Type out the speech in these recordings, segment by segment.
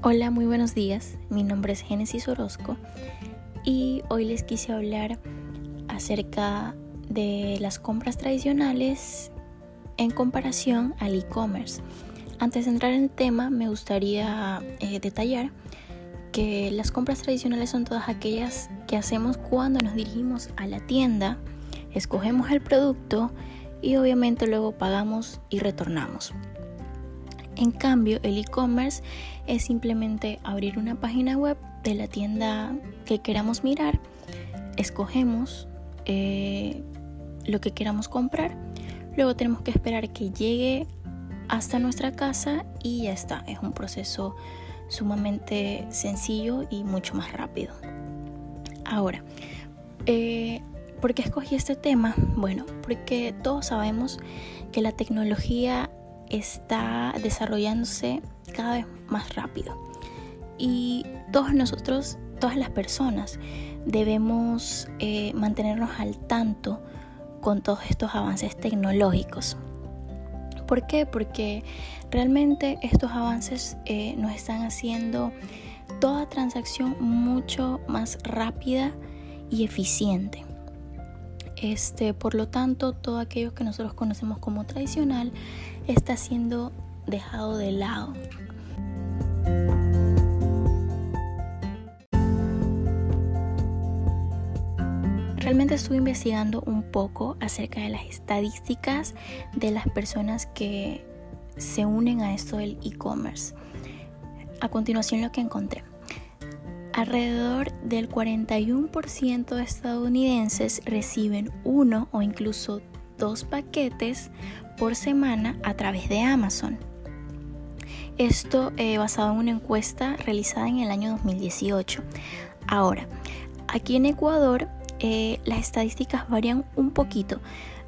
Hola, muy buenos días. Mi nombre es Génesis Orozco y hoy les quise hablar acerca de las compras tradicionales en comparación al e-commerce. Antes de entrar en el tema, me gustaría detallar que las compras tradicionales son todas aquellas que hacemos cuando nos dirigimos a la tienda, escogemos el producto y obviamente luego pagamos y retornamos. En cambio, el e-commerce es simplemente abrir una página web de la tienda que queramos mirar, escogemos lo que queramos comprar, luego tenemos que esperar que llegue hasta nuestra casa y ya está. Es un proceso sumamente sencillo y mucho más rápido. Ahora, ¿por qué escogí este tema? Bueno, porque todos sabemos que la tecnología está desarrollándose cada vez más rápido y todos nosotros, todas las personas debemos mantenernos al tanto con todos estos avances tecnológicos. ¿Por qué? Porque realmente estos avances nos están haciendo toda transacción mucho más rápida y eficiente. Por lo tanto, todo aquello que nosotros conocemos como tradicional está siendo dejado de lado. Realmente estuve investigando un poco acerca de las estadísticas de las personas que se unen a esto del e-commerce. A continuación, lo que encontré. Alrededor del 41% de estadounidenses reciben uno o incluso 2 paquetes por semana a través de Amazon. Esto basado en una encuesta realizada en el año 2018. Ahora, aquí en Ecuador las estadísticas varían un poquito.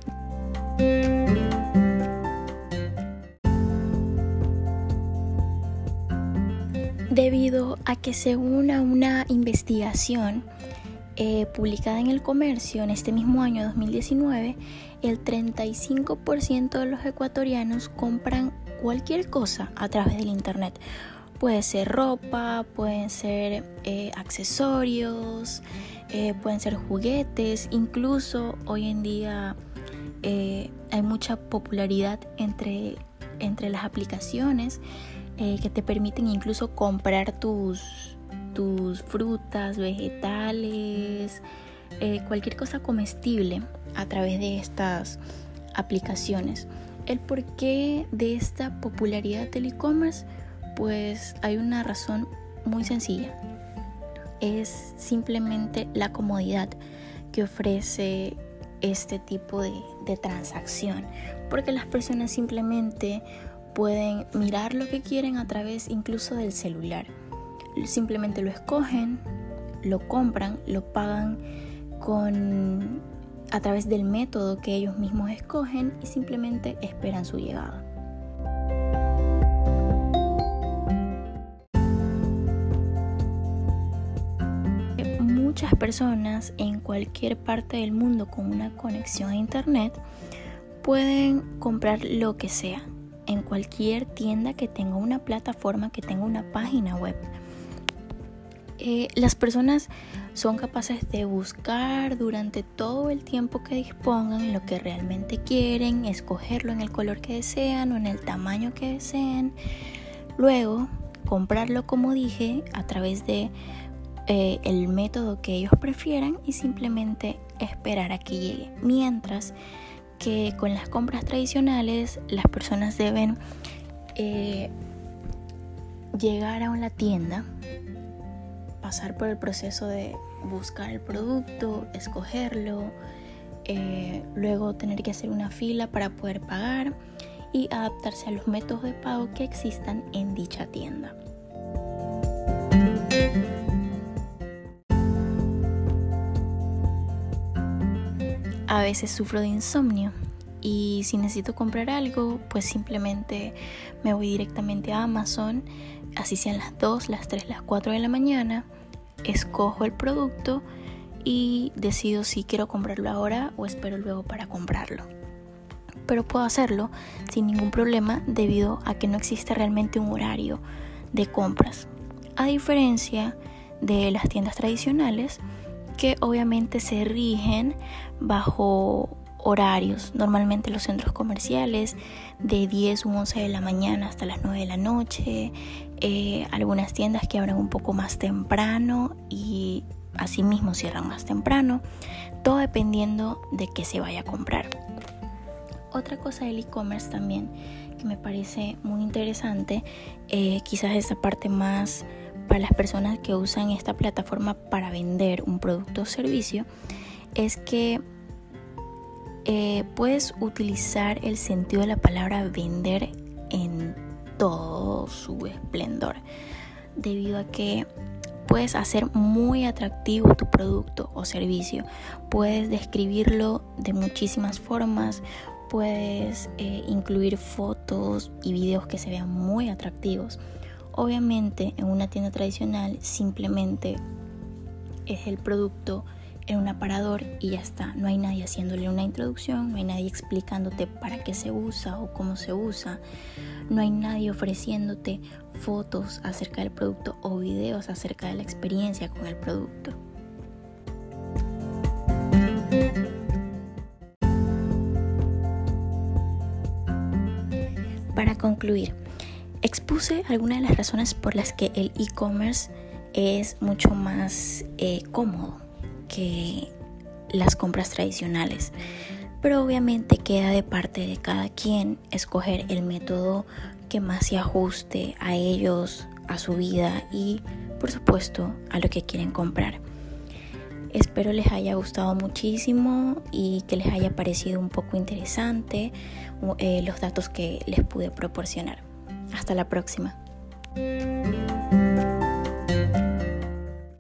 Debido a que según una investigación publicada en El Comercio en este mismo año 2019, el 35% de los ecuatorianos compran cualquier cosa a través del internet. Puede ser ropa, pueden ser accesorios, pueden ser juguetes. Incluso hoy en día hay mucha popularidad entre las aplicaciones que te permiten incluso comprar tus frutas, vegetales, cualquier cosa comestible a través de estas aplicaciones. El porqué de esta popularidad del e-commerce, pues hay una razón muy sencilla. Es simplemente la comodidad que ofrece este tipo de transacción, porque las personas simplemente pueden mirar lo que quieren a través incluso del celular. Simplemente lo escogen, lo compran, lo pagan a través del método que ellos mismos escogen y simplemente esperan su llegada. Muchas personas en cualquier parte del mundo con una conexión a internet pueden comprar lo que sea en cualquier tienda que tenga una plataforma, que tenga una página web. Las personas son capaces de buscar durante todo el tiempo que dispongan lo que realmente quieren, escogerlo en el color que desean o en el tamaño que deseen, luego comprarlo, como dije, a través de el método que ellos prefieran y simplemente esperar a que llegue. Mientras que con las compras tradicionales las personas deben llegar a una tienda, pasar por el proceso de buscar el producto, escogerlo, luego tener que hacer una fila para poder pagar y adaptarse a los métodos de pago que existan en dicha tienda. A veces sufro de insomnio y si necesito comprar algo, pues simplemente me voy directamente a Amazon, así sean las 2, las 3, las 4 de la mañana, escojo el producto y decido si quiero comprarlo ahora o espero luego para comprarlo. Pero puedo hacerlo sin ningún problema debido a que no existe realmente un horario de compras. a diferencia de las tiendas tradicionales que obviamente se rigen bajo horarios. Normalmente los centros comerciales de 10 u 11 de la mañana hasta las 9 de la noche, algunas tiendas que abren un poco más temprano y asimismo cierran más temprano, todo dependiendo de qué se vaya a comprar. Otra cosa del e-commerce también que me parece muy interesante, quizás esa parte más para las personas que usan esta plataforma para vender un producto o servicio, es que puedes utilizar el sentido de la palabra vender en todo su esplendor, debido a que puedes hacer muy atractivo tu producto o servicio, puedes describirlo de muchísimas formas, puedes incluir fotos y videos que se vean muy atractivos. Obviamente en una tienda tradicional simplemente es el producto en un aparador y ya está, no hay nadie haciéndole una introducción, no hay nadie explicándote para qué se usa o cómo se usa, no hay nadie ofreciéndote fotos acerca del producto o videos acerca de la experiencia con el producto. Para concluir, expuse algunas de las razones por las que el e-commerce es mucho más cómodo que las compras tradicionales, pero obviamente queda de parte de cada quien escoger el método que más se ajuste a ellos, a su vida y por supuesto a lo que quieren comprar. Espero les haya gustado muchísimo y que les haya parecido un poco interesante los datos que les pude proporcionar. Hasta la próxima.